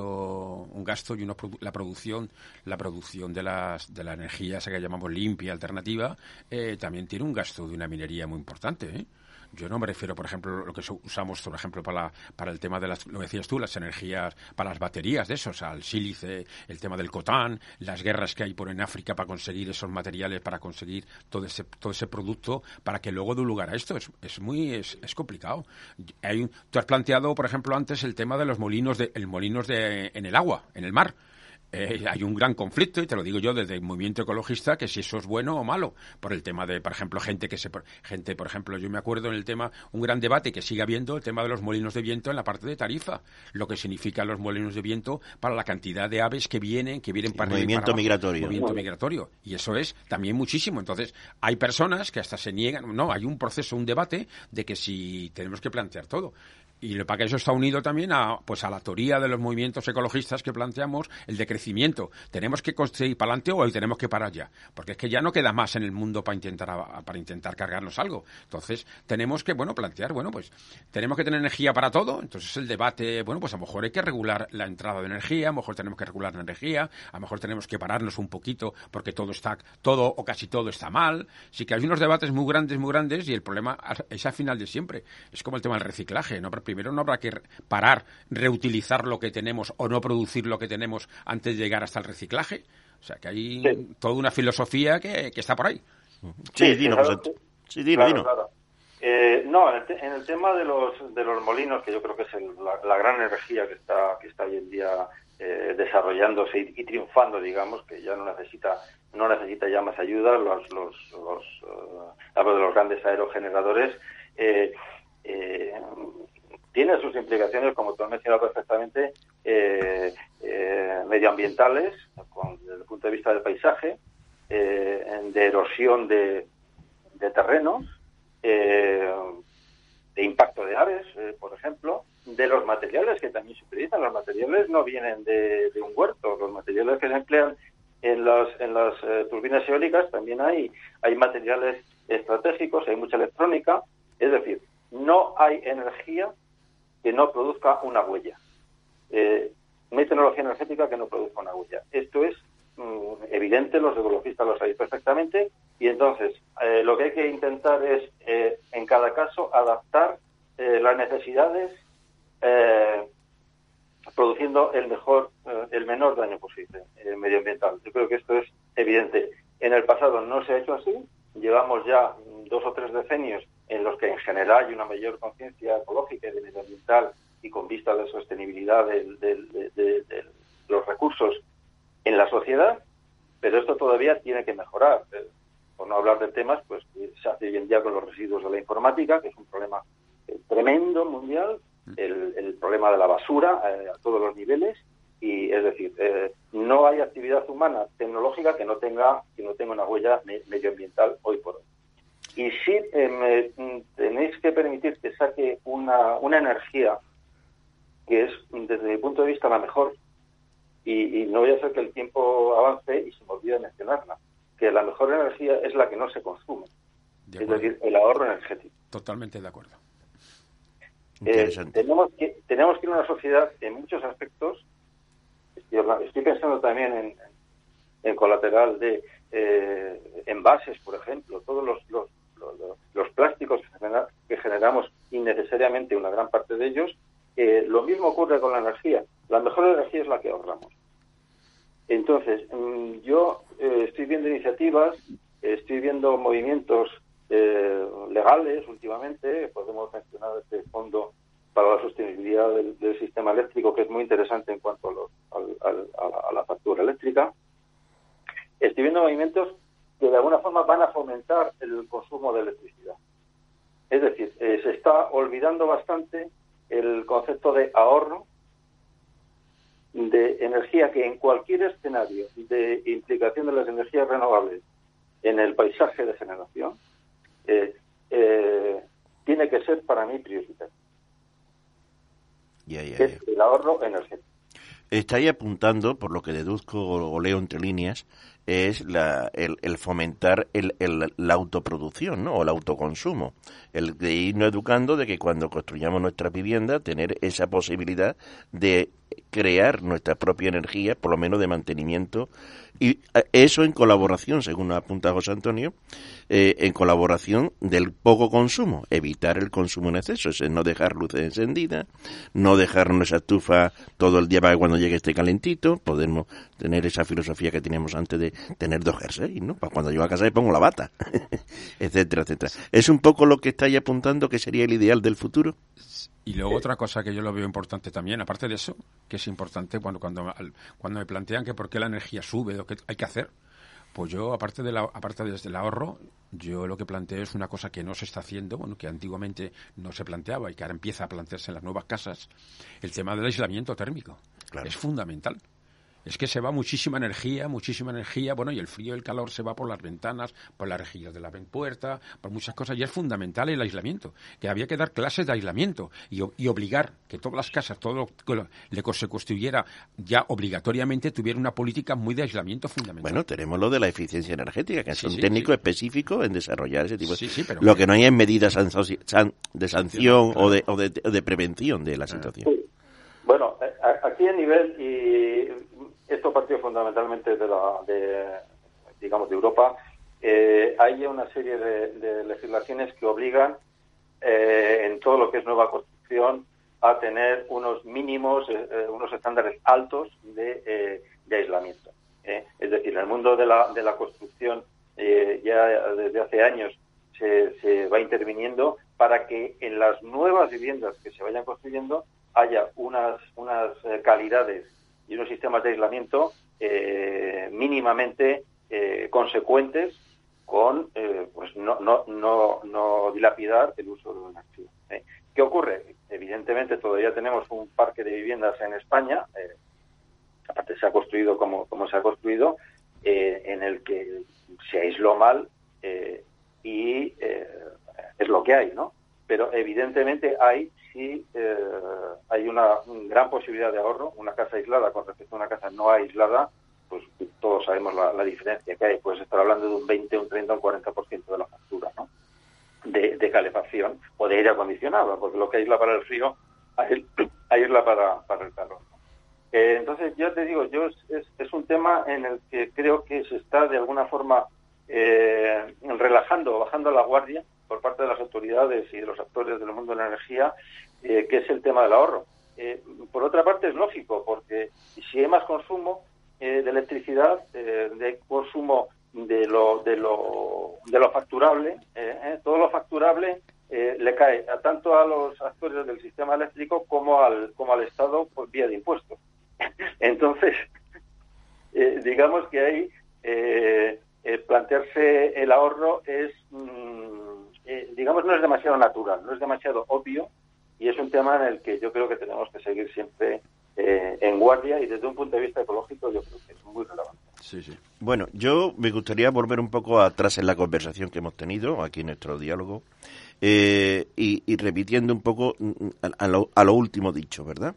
C: y la producción de la energía, esa que llamamos limpia, alternativa, también tiene un gasto de una minería muy importante, ¿eh? Yo no me refiero, por ejemplo, lo que usamos, por ejemplo, para el tema de lo decías tú, las energías para las baterías de esos, o sea, el sílice, el tema del coltán, las guerras que hay en África para conseguir esos materiales, para conseguir todo ese producto, para que luego dé lugar a esto. Es complicado. Tú has planteado, por ejemplo, antes el tema de los molinos en el agua, en el mar. Hay un gran conflicto, y te lo digo yo desde el movimiento ecologista, que si eso es bueno o malo, por el tema de, por ejemplo, por ejemplo, yo me acuerdo en el tema, un gran debate que sigue habiendo, el tema de los molinos de viento en la parte de Tarifa, lo que significan los molinos de viento para la cantidad de aves que vienen para
B: movimiento
C: migratorio, y eso es también muchísimo. Entonces, hay personas que hasta se niegan, no, hay un proceso, un debate de que si tenemos que plantear todo. Y para que eso está unido también a la teoría de los movimientos ecologistas que planteamos, el decrecimiento. ¿Tenemos que conseguir para adelante o tenemos que parar ya? Porque es que ya no queda más en el mundo para intentar cargarnos algo. Entonces, tenemos que, plantear, tenemos que tener energía para todo. Entonces, el debate, a lo mejor hay que regular la entrada de energía, a lo mejor tenemos que regular la energía, a lo mejor tenemos que pararnos un poquito porque todo o casi todo está mal. Sí que hay unos debates muy grandes, y el problema es al final de siempre. Es como el tema del reciclaje, ¿no? Primero no habrá que parar, reutilizar lo que tenemos o no producir lo que tenemos antes de llegar hasta el reciclaje. O sea, que hay toda una filosofía que está por ahí.
B: Sí, dino.
D: Claro. No, en el tema de los molinos, que yo creo que es la gran energía que está hoy en día desarrollándose y triunfando, digamos, que ya no necesita no necesita ya más ayuda. Hablo de los grandes aerogeneradores. Tiene sus implicaciones, como tú has mencionado perfectamente, medioambientales, desde el punto de vista del paisaje, de erosión de terrenos, de impacto de aves, por ejemplo, de los materiales que también se utilizan. Los materiales no vienen de un huerto. Los materiales que se emplean en las turbinas eólicas también hay materiales estratégicos, hay mucha electrónica. Es decir, no hay energía que no produzca una huella. No hay tecnología energética que no produzca una huella. Esto es evidente, los ecologistas lo sabéis perfectamente, y entonces lo que hay que intentar es, en cada caso, adaptar las necesidades produciendo el menor daño posible medioambiental. Yo creo que esto es evidente. En el pasado no se ha hecho así. Llevamos ya 2 o 3 decenios en los que en general hay una mayor conciencia ecológica y medioambiental, y con vista a la sostenibilidad de los recursos en la sociedad, pero esto todavía tiene que mejorar. Por no hablar de temas, pues se hace hoy en día con los residuos de la informática, que es un problema tremendo mundial, el problema de la basura a todos los niveles, y es decir, no hay actividad humana tecnológica que no tenga una huella medioambiental hoy por hoy. Y sí, tenéis que permitir que saque una energía que es, desde mi punto de vista, la mejor, y no voy a hacer que el tiempo avance y se me olvide mencionarla, que la mejor energía es la que no se consume, es decir, el ahorro energético.
C: Totalmente de acuerdo.
D: Tenemos que ir a una sociedad en muchos aspectos. Estoy pensando también en colateral de envases, por ejemplo, todos los plásticos que generamos innecesariamente, una gran parte de ellos. Lo mismo ocurre con la energía. La mejor energía es la que ahorramos. Entonces, yo estoy viendo iniciativas, estoy viendo movimientos legales últimamente. Podemos mencionar este fondo para la sostenibilidad del sistema eléctrico, que es muy interesante en cuanto a la factura eléctrica. Estoy viendo movimientos que de alguna forma van a fomentar el consumo de electricidad. Es decir, se está olvidando bastante el concepto de ahorro de energía, que en cualquier escenario de implicación de las energías renovables en el paisaje de generación tiene que ser para mí prioritario. Es el ahorro energético.
B: Estáis apuntando, por lo que deduzco o leo entre líneas, es el fomentar la autoproducción, ¿no? O el autoconsumo. El de irnos educando de que cuando construyamos nuestra vivienda, tener esa posibilidad de crear nuestra propia energía, por lo menos de mantenimiento, y eso en colaboración, según apunta José Antonio, en colaboración del poco consumo, evitar el consumo en exceso, es no dejar luces encendidas, no dejar nuestra estufa todo el día para que cuando llegue esté calentito, podemos tener esa filosofía que teníamos antes de tener 2 jerseys, ¿no? Para cuando llego a casa me pongo la bata, etcétera, etcétera. ¿Es un poco lo que estáis apuntando que sería el ideal del futuro?
C: Y luego otra cosa que yo lo veo importante también, aparte de eso, que es importante cuando me plantean que por qué la energía sube o qué hay que hacer, pues yo, aparte desde el ahorro, yo lo que planteo es una cosa que no se está haciendo, bueno, que antiguamente no se planteaba y que ahora empieza a plantearse en las nuevas casas, el tema del aislamiento térmico. Claro. Es fundamental. Es que se va muchísima energía, bueno, y el frío y el calor se va por las ventanas, por las rejillas de la puerta, por muchas cosas, y es fundamental el aislamiento, que había que dar clases de aislamiento y obligar que todas las casas, todo lo que se construyera ya obligatoriamente tuviera una política muy de aislamiento fundamental.
B: Bueno, tenemos lo de la eficiencia energética, que son técnicos específicos en desarrollar ese tipo de...
C: pero
B: lo que no hay es medidas de sanción claro. o de prevención de la situación.
D: Sí. Bueno, aquí a nivel, y esto partió fundamentalmente de Europa, hay una serie de legislaciones que obligan en todo lo que es nueva construcción a tener unos mínimos, unos estándares altos de aislamiento. Es decir, en el mundo de la construcción ya desde hace años se va interviniendo para que en las nuevas viviendas que se vayan construyendo haya unas calidades y unos sistemas de aislamiento mínimamente consecuentes con pues no dilapidar el uso de la energía. ¿Qué ocurre? Evidentemente todavía tenemos un parque de viviendas en España, aparte se ha construido como se ha construido, en el que se aisló mal y es lo que hay, ¿no? Pero evidentemente hay una gran posibilidad de ahorro. Una casa aislada con respecto a una casa no aislada, pues todos sabemos la diferencia que hay. Puedes estar hablando de un 20, un 30, un 40% de la factura, ¿no? De calefacción o de aire acondicionado, porque lo que aísla para el frío, aísla para el calor. Entonces, yo te digo, es un tema en el que creo que se está de alguna forma relajando, bajando la guardia por parte de las autoridades y de los actores del mundo de la energía, que es el tema del ahorro. Por otra parte, es lógico, porque si hay más consumo de electricidad, de consumo de lo facturable, todo lo facturable le cae tanto a los actores del sistema eléctrico como al Estado por vía de impuestos. Entonces, digamos que ahí plantearse el ahorro es, digamos, no es demasiado natural, no es demasiado obvio, y es un tema en el que yo creo que tenemos que seguir siempre en guardia, y desde un punto de vista ecológico yo creo que es muy relevante.
B: Sí, sí. Bueno, yo me gustaría volver un poco atrás en la conversación que hemos tenido aquí en nuestro diálogo, y repitiendo un poco a lo último dicho, ¿verdad?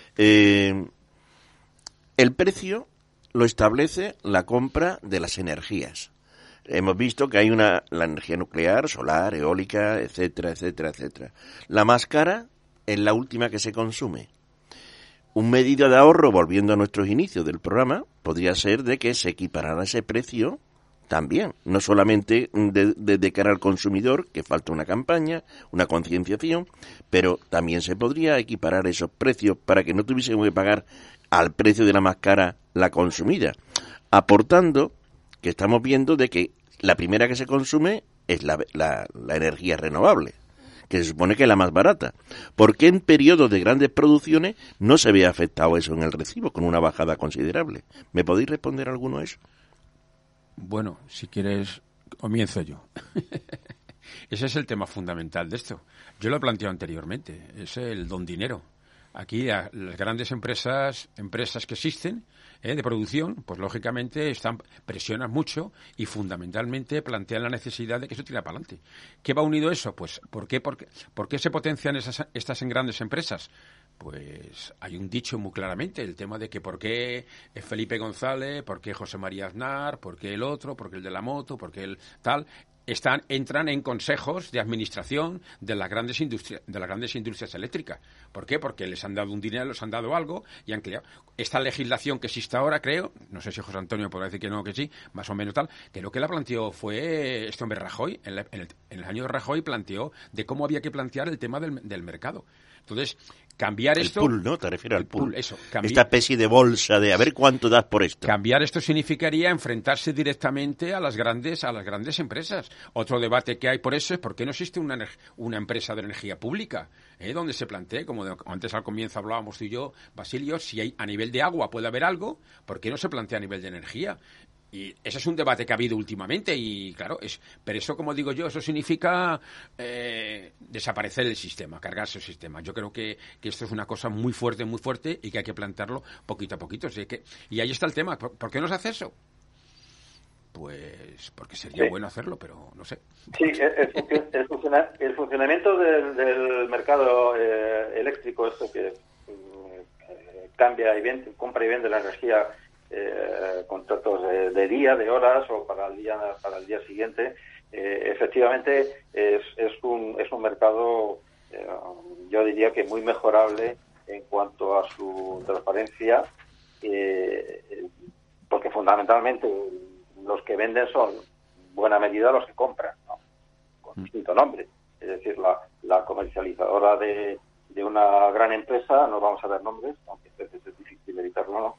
B: El precio lo establece la compra de las energías. Hemos visto que hay la energía nuclear, solar, eólica, etcétera, etcétera, etcétera. La más cara es la última que se consume. Un medida de ahorro, volviendo a nuestros inicios del programa, podría ser de que se equiparara ese precio también, no solamente de cara al consumidor, que falta una campaña, una concienciación, pero también se podría equiparar esos precios para que no tuviésemos que pagar al precio de la más cara la consumida, aportando que estamos viendo de que la primera que se consume es la energía renovable, que se supone que es la más barata. ¿Por qué en periodos de grandes producciones no se ve afectado eso en el recibo con una bajada considerable? ¿Me podéis responder alguno a eso?
C: Bueno, si quieres, comienzo yo. Ese es el tema fundamental de esto. Yo lo he planteado anteriormente, es el don dinero. Aquí las grandes empresas que existen de producción, pues lógicamente presionan mucho y fundamentalmente plantean la necesidad de que eso tire para adelante. ¿Qué va unido a eso? Pues ¿por qué se potencian estas en grandes empresas? Pues hay un dicho muy claramente, el tema de que por qué Felipe González, por qué José María Aznar, por qué el otro, por qué el de la moto, por qué el tal, entran en consejos de administración de las grandes industrias eléctricas. ¿Por qué? Porque les han dado un dinero, les han dado algo y han creado esta legislación que existe ahora, creo, no sé si José Antonio podrá decir que no, que sí, más o menos tal, que lo que la planteó fue este hombre Rajoy, en el año de Rajoy planteó de cómo había que plantear el tema del mercado. Entonces, cambiar esto...
B: El pool, ¿no? Te refieres al pool.
C: Eso,
B: esta especie de bolsa de a ver cuánto das por esto.
C: Cambiar esto significaría enfrentarse directamente a las grandes empresas. Otro debate que hay por eso es por qué no existe una empresa de energía pública, donde se plantee, como antes al comienzo hablábamos tú y yo, Basilio, si hay a nivel de agua puede haber algo, ¿por qué no se plantea a nivel de energía? Y ese es un debate que ha habido últimamente y, claro, pero eso, como digo yo, eso significa desaparecer el sistema, cargarse el sistema. Yo creo que esto es una cosa muy fuerte y que hay que plantearlo poquito a poquito. Y ahí está el tema. ¿Por qué no se hace eso? Pues porque sería bueno hacerlo, pero no sé.
D: Sí, el funcionamiento del mercado eléctrico, esto que cambia y vende, compra y vende la energía, contratos de día, de horas o para el día siguiente, efectivamente es un mercado, yo diría que muy mejorable en cuanto a su transparencia, porque fundamentalmente los que venden son en buena medida los que compran, ¿no? Con distinto nombre, es decir, la comercializadora de una gran empresa, no vamos a ver nombres, aunque es difícil evitarlo, ¿no?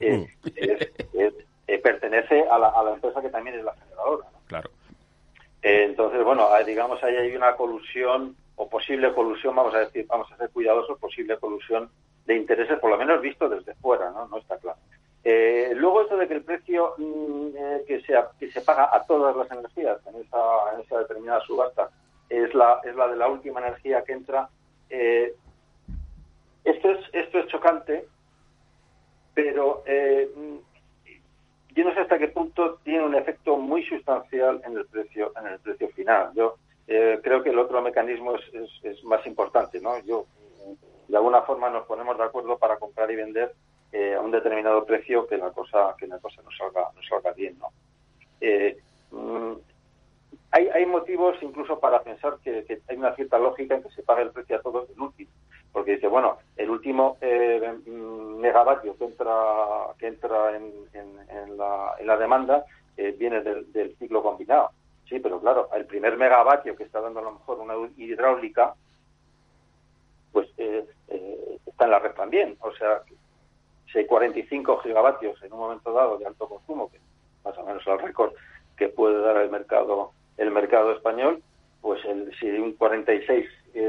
D: Pertenece a la empresa que también es la generadora, ¿no?
C: Claro.
D: Entonces, bueno, digamos ahí hay una colusión o posible colusión, vamos a ser cuidadosos, posible colusión de intereses, por lo menos visto desde fuera, ¿no? No está claro. Luego eso de que el precio que se paga a todas las energías en esa determinada subasta es la de la última energía que entra. Esto es chocante, pero yo no sé hasta qué punto tiene un efecto muy sustancial en el precio final. Yo creo que el otro mecanismo es más importante, ¿no? De alguna forma nos ponemos de acuerdo para comprar y vender a un determinado precio que la cosa nos salga bien, ¿no? Hay motivos incluso para pensar que hay una cierta lógica en que se pague el precio a todos del último, porque dice, bueno, el último megavatio que entra en la demanda viene del ciclo combinado. Sí, pero claro, el primer megavatio que está dando a lo mejor una hidráulica, pues está en la red también. O sea, si hay 45 gigavatios en un momento dado de alto consumo, que más o menos el récord que puede dar el mercado español, pues si hay un 46,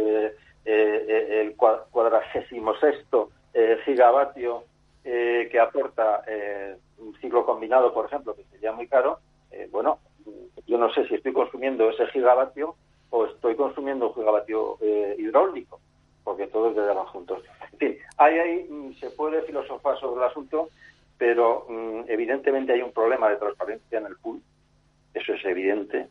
D: el 46º gigavatio que aporta un ciclo combinado, por ejemplo, que sería muy caro, bueno, yo no sé si estoy consumiendo ese gigavatio o estoy consumiendo un gigavatio hidráulico, porque todos llegan juntos. En fin, ahí se puede filosofar sobre el asunto, pero evidentemente hay un problema de transparencia en el pool, eso es evidente,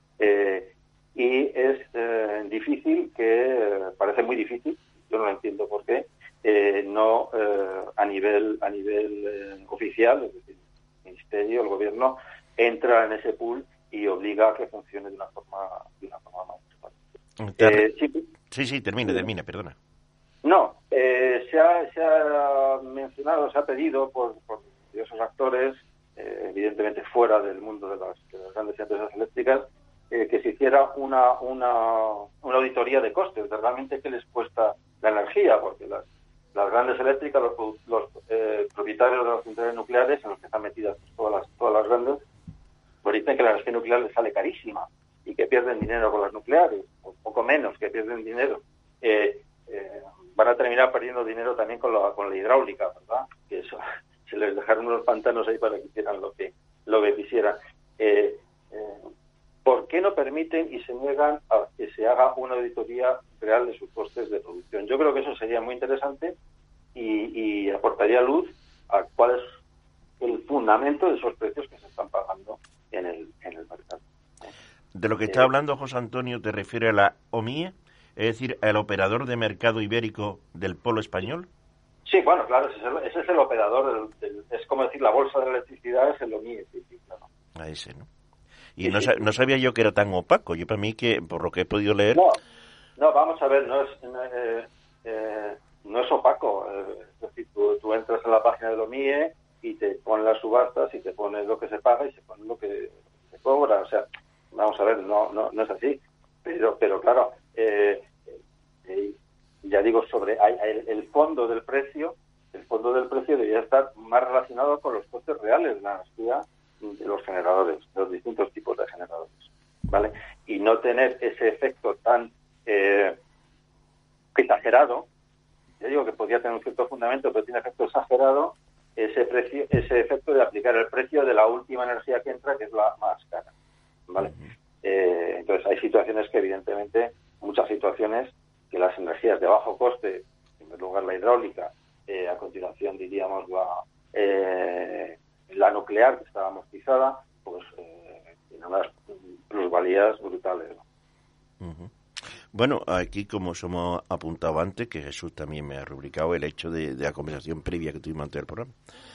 D: y es difícil, parece muy difícil, yo no lo entiendo por qué, no a nivel oficial, es decir, el Ministerio, el Gobierno, entra en ese pool y obliga a que funcione de una forma más transparente.
B: Sí, termine, perdona.
D: No, se ha mencionado, se ha pedido por diversos actores, evidentemente fuera del mundo de las grandes empresas eléctricas, que se hiciera una auditoría de costes, de realmente qué les cuesta la energía, porque las grandes eléctricas, los propietarios de las centrales nucleares, en los que están metidas todas las grandes, pues dicen que la energía nuclear les sale carísima y que pierden dinero con las nucleares, o poco menos que pierden dinero. Van a terminar perdiendo dinero también con la hidráulica, ¿verdad? Que eso se les dejaron unos pantanos ahí para que hicieran lo que quisieran. ¿Por qué no permiten y se niegan a que se haga una auditoría real de sus costes de producción? Yo creo que eso sería muy interesante y aportaría luz a cuál es el fundamento de esos precios que se están pagando en el mercado.
B: De lo que está hablando José Antonio, ¿te refiere a la OMIE? Es decir, al operador de mercado ibérico del polo español.
D: Sí, bueno, claro, ese es el operador, es como decir, la bolsa de electricidad es el OMIE, sí, claro.
B: A ese, ¿no? Y no sabía yo que era tan opaco. Yo para mí que, por lo que he podido leer...
D: No, vamos a ver, no es opaco. Es decir, tú entras en la página del OMIE y te ponen las subastas y te pones lo que se paga y se pone lo que se cobra. O sea, vamos a ver, no es así. Pero claro, ya digo, sobre el fondo del precio debería estar más relacionado con los costes reales de la energía de los generadores, de los distintos tipos de generadores, ¿vale? Y no tener ese efecto tan exagerado. Yo digo que podría tener un cierto fundamento, pero tiene efecto exagerado, ese efecto de aplicar el precio de la última energía que entra, que es la más cara, ¿vale? Entonces hay situaciones que evidentemente, muchas situaciones que las energías de bajo coste, en primer lugar la hidráulica, a continuación diríamos la nuclear, que está amortizada, pues tiene unas plusvalías brutales, ¿no?
B: Uh-huh. Bueno, aquí como hemos apuntado antes, que Jesús también me ha rubricado el hecho de la conversación previa que tuvimos antes del programa,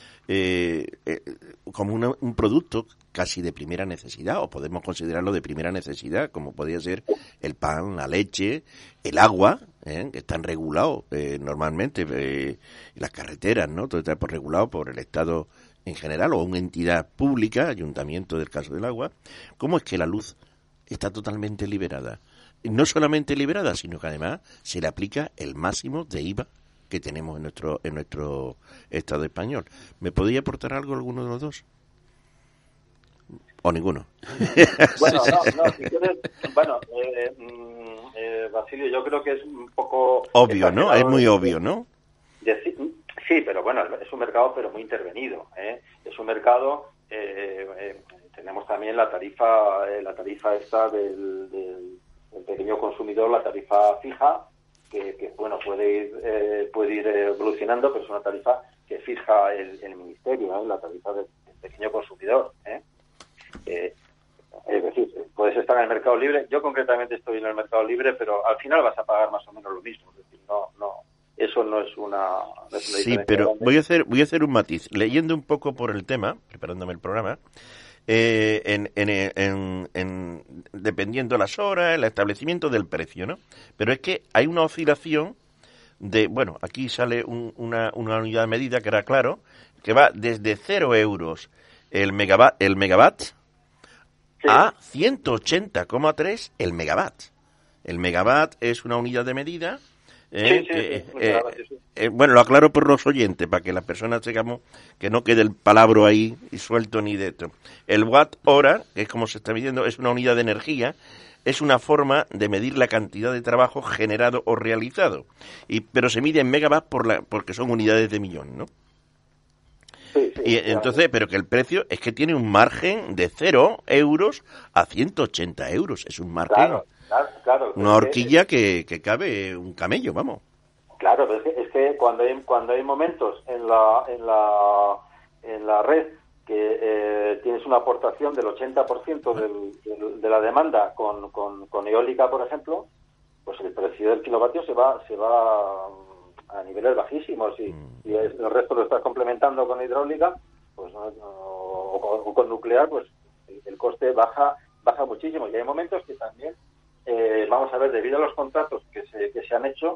B: como un producto casi de primera necesidad, o podemos considerarlo de primera necesidad, como podría ser el pan, la leche, el agua, que están regulados normalmente, las carreteras, ¿no? Todo está regulado por el Estado en general, o una entidad pública, ayuntamiento del caso del agua. ¿Cómo es que la luz está totalmente liberada? No solamente liberada, sino que además se le aplica el máximo de IVA que tenemos en nuestro Estado español. ¿Me podría aportar algo alguno de los dos? ¿O ninguno?
D: Bueno, no, si quieres, Basilio, yo creo que es un poco...
B: Obvio, ¿no? Es muy obvio, ¿no?
D: Sí, Sí, pero bueno, es un mercado pero muy intervenido, ¿eh? Es un mercado, tenemos también la tarifa esta del pequeño consumidor, la tarifa fija, que bueno, puede ir evolucionando, pero es una tarifa que fija el ministerio, ¿eh? La tarifa del pequeño consumidor, ¿eh? Es decir, puedes estar en el mercado libre. Yo concretamente estoy en el mercado libre, pero al final vas a pagar más o menos lo mismo. Es decir, eso no es una
B: sí, pero voy a hacer un matiz. Leyendo un poco por el tema, preparándome el programa, dependiendo las horas, el establecimiento del precio, ¿no? Pero es que hay una oscilación bueno, aquí sale una unidad de medida que era claro, que va desde 0 euros el megawatt
D: sí,
B: a 180,3 el megawatt. El megawatt es una unidad de medida. Bueno, lo aclaro por los oyentes, para que las personas digamos que no quede el palabra ahí y suelto ni de esto. El watt hora, que es como se está midiendo, es una unidad de energía, es una forma de medir la cantidad de trabajo generado o realizado, pero se mide en megawatt porque son unidades de millón, ¿no?
D: Sí,
B: y entonces, pero que el precio es que tiene un margen de 0 euros a 180 euros, es un margen.
D: Claro,
B: una horquilla que cabe un camello, vamos.
D: Claro, pero es que cuando hay momentos en la red que tienes una aportación del 80% de la demanda con eólica, por ejemplo, pues el precio del kilovatio se va a niveles bajísimos y el resto lo estás complementando con hidráulica, pues o con nuclear, pues el coste baja muchísimo. Y hay momentos que también vamos a ver, debido a los contratos que se han hecho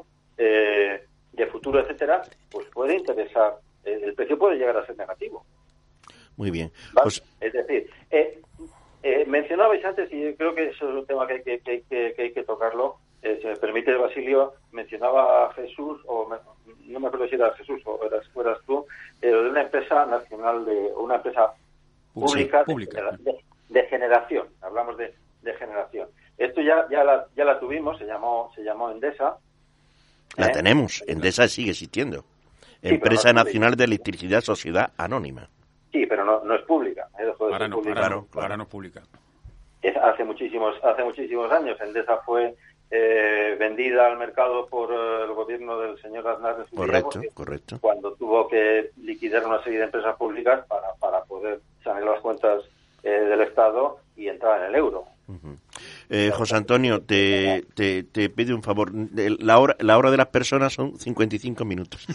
D: de futuro, etcétera, pues puede interesar, el precio puede llegar a ser negativo.
B: Muy bien.
D: Pues, es decir, mencionabais antes, y creo que eso es un tema que hay que tocarlo, si me permite, Basilio, mencionaba a Jesús, no me acuerdo si era Jesús o fueras tú, de una empresa nacional, una empresa pública. De generación, hablamos de generación. Esto ya la tuvimos, se llamó Endesa.
B: La tenemos, Endesa sigue existiendo. Sí, Empresa Nacional de Electricidad Sociedad Anónima.
D: Sí, pero no es pública.
C: Ahora no es pública.
D: Hace muchísimos años Endesa fue vendida al mercado por el gobierno del señor Aznar de Zubillaga,
B: correcto.
D: Cuando tuvo que liquidar una serie de empresas públicas para poder sanear las cuentas del Estado y entrar en el euro.
B: Uh-huh. José Antonio, te pido un favor. La hora de las personas son 55 minutos.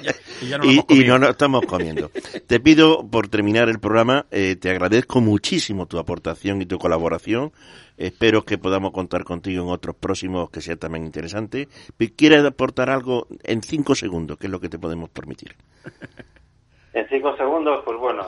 B: y no estamos comiendo. Te pido, por terminar el programa, te agradezco muchísimo tu aportación y tu colaboración. Espero que podamos contar contigo en otros próximos que sea también interesante. ¿Quieres aportar algo en 5 segundos? ¿Qué es lo que te podemos permitir?
D: En 5 segundos, pues bueno,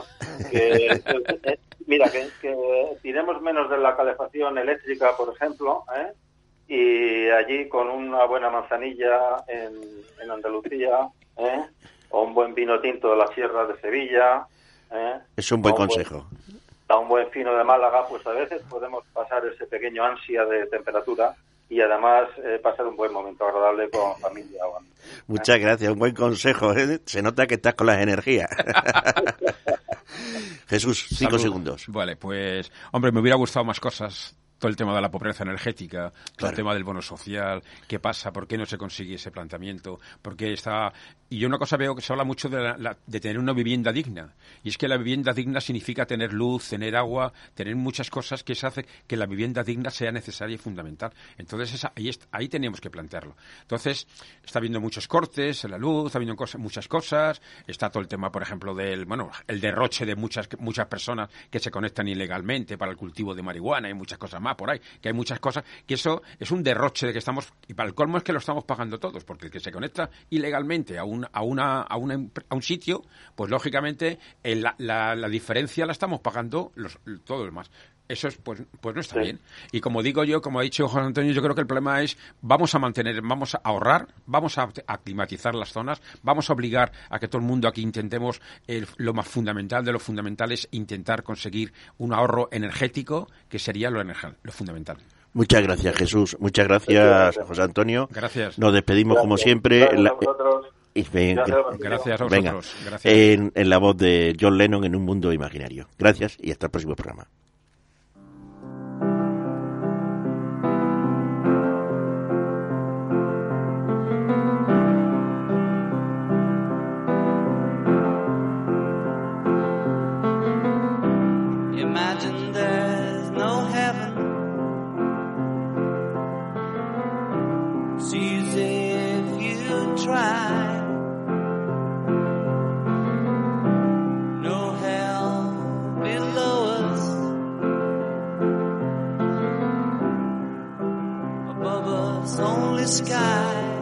D: mira, que tiremos menos de la calefacción eléctrica, por ejemplo, y allí con una buena manzanilla en Andalucía, o un buen vino tinto de la Sierra de Sevilla.
B: Es un buen consejo.
D: A un buen fino de Málaga, pues a veces podemos pasar ese pequeño ansia de temperatura y además pasar un buen momento agradable con familia.
B: Muchas gracias, un buen consejo. Se nota que estás con las energías. Jesús, 5 segundos.
C: Vale, pues, hombre, me hubiera gustado más cosas. Todo el tema de la pobreza energética, todo el tema del bono social, qué pasa, por qué no se consigue ese planteamiento, por qué está... Y yo una cosa veo que se habla mucho de tener una vivienda digna, y es que la vivienda digna significa tener luz, tener agua, tener muchas cosas que se hace que la vivienda digna sea necesaria y fundamental. Entonces ahí tenemos que plantearlo. Entonces está habiendo muchos cortes en la luz, está habiendo muchas cosas, está todo el tema, por ejemplo, el derroche de muchas personas que se conectan ilegalmente para el cultivo de marihuana y muchas cosas más por ahí, que hay muchas cosas, que eso es un derroche de que estamos, y para el colmo es que lo estamos pagando todos, porque el que se conecta ilegalmente a un sitio, pues lógicamente la diferencia la estamos pagando todos los demás. Eso es, pues no está bien. Y como digo yo, como ha dicho José Antonio, yo creo que el problema es vamos a ahorrar, vamos a climatizar las zonas, vamos a obligar a que todo el mundo aquí intentemos lo más fundamental de lo fundamental es intentar conseguir un ahorro energético, que sería lo fundamental.
B: Muchas gracias, Jesús. Muchas gracias, José Antonio.
C: Gracias.
B: Nos despedimos como siempre.
C: Gracias a vosotros.
B: Venga,
C: Gracias.
B: En la voz de John Lennon en un mundo imaginario. Gracias y hasta el próximo programa.
E: Imagine there's no heaven. It's easy if you try. No hell below us. Above us only sky.